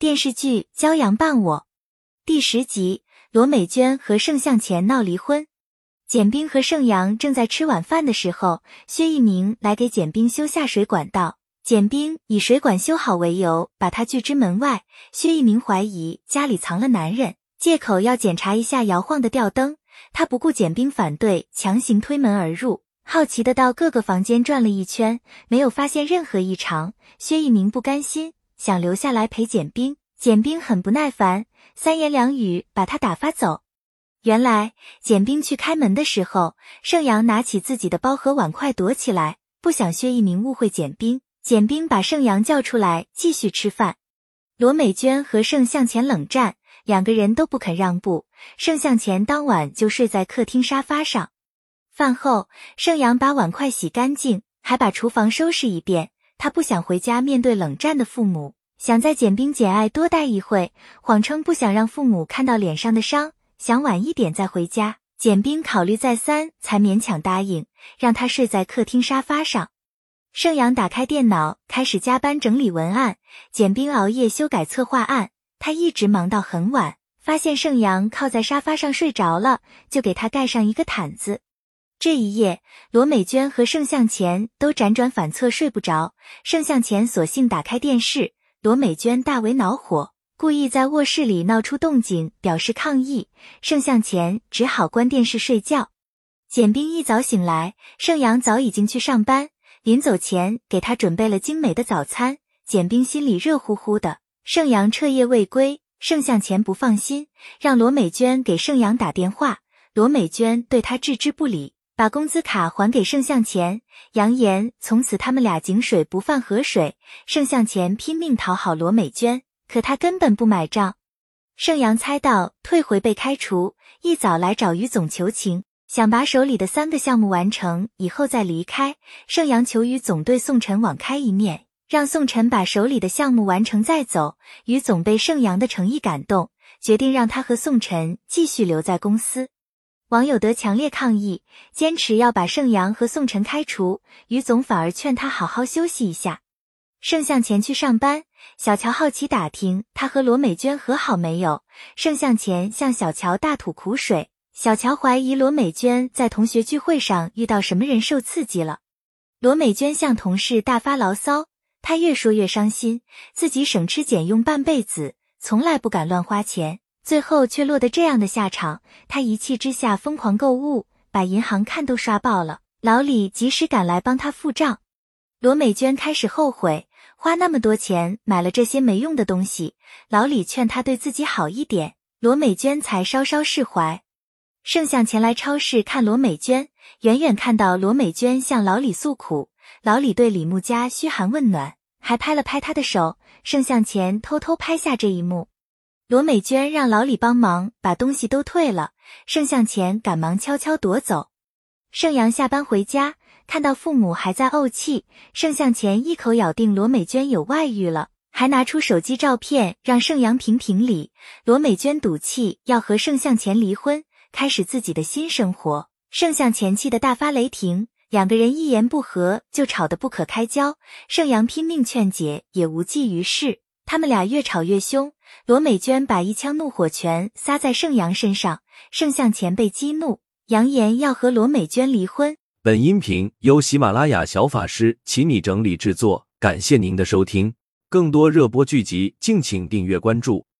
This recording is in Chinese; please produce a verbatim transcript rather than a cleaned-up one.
电视剧《骄阳伴我》第十集，罗美娟和盛向前闹离婚。简冰和盛阳正在吃晚饭的时候，薛一鸣来给简冰修下水管道。简冰以水管修好为由，把他拒之门外。薛一鸣怀疑家里藏了男人，借口要检查一下摇晃的吊灯。他不顾简冰反对，强行推门而入，好奇的到各个房间转了一圈，没有发现任何异常。薛一鸣不甘心，想留下来陪简冰。简冰很不耐烦，三言两语把他打发走。原来简冰去开门的时候，盛阳拿起自己的包和碗筷躲起来，不想薛一鸣误会简冰。简冰把盛阳叫出来继续吃饭。罗美娟和盛向前冷战，两个人都不肯让步。盛向前当晚就睡在客厅沙发上。饭后，盛阳把碗筷洗干净，还把厨房收拾一遍。他不想回家面对冷战的父母，想在简冰简爱多待一会，谎称不想让父母看到脸上的伤，想晚一点再回家。简冰考虑再三，才勉强答应，让他睡在客厅沙发上。盛阳打开电脑，开始加班整理文案。简冰熬夜修改策划案，他一直忙到很晚，发现盛阳靠在沙发上睡着了，就给他盖上一个毯子。这一夜，罗美娟和盛向前都辗转反侧睡不着。盛向前索性打开电视，罗美娟大为恼火，故意在卧室里闹出动静表示抗议。盛向前只好关电视睡觉。简冰一早醒来，盛阳早已经去上班，临走前给他准备了精美的早餐。简冰心里热乎乎的，盛阳彻夜未归，盛向前不放心，让罗美娟给盛阳打电话。罗美娟对他置之不理，把工资卡还给盛向前，扬言从此他们俩井水不犯河水。盛向前拼命讨好罗美娟，可他根本不买账。盛阳猜到退回被开除，一早来找于总求情，想把手里的三个项目完成以后再离开。盛阳求于总对宋晨网开一面，让宋晨把手里的项目完成再走。于总被盛阳的诚意感动，决定让他和宋晨继续留在公司。网友得强烈抗议，坚持要把盛阳和宋晨开除，于总反而劝他好好休息一下。盛向前去上班，小乔好奇打听他和罗美娟和好没有。盛向前向小乔大吐苦水，小乔怀疑罗美娟在同学聚会上遇到什么人受刺激了。罗美娟向同事大发牢骚，她越说越伤心，自己省吃俭用半辈子，从来不敢乱花钱，最后却落得这样的下场。她一气之下疯狂购物，把银行卡都刷爆了。老李及时赶来帮她付账。罗美娟开始后悔，花那么多钱买了这些没用的东西。老李劝她对自己好一点，罗美娟才稍稍释怀。盛向前来超市看罗美娟，远远看到罗美娟向老李诉苦，老李对李木家嘘寒问暖，还拍了拍她的手。盛向前偷偷拍下这一幕。罗美娟让老李帮忙把东西都退了，盛向前赶忙悄悄躲走。盛阳下班回家，看到父母还在怄气，盛向前一口咬定罗美娟有外遇了，还拿出手机照片让盛阳评评理。罗美娟赌气要和盛向前离婚，开始自己的新生活。盛向前气得大发雷霆，两个人一言不合就吵得不可开交。盛阳拼命劝解也无济于事，他们俩越吵越凶。罗美娟把一腔怒火全撒在盛阳身上，盛向前被激怒，扬言要和罗美娟离婚。 本音频由喜马拉雅小法师齐米整理制作，感谢您的收听。更多热播剧集敬请订阅关注。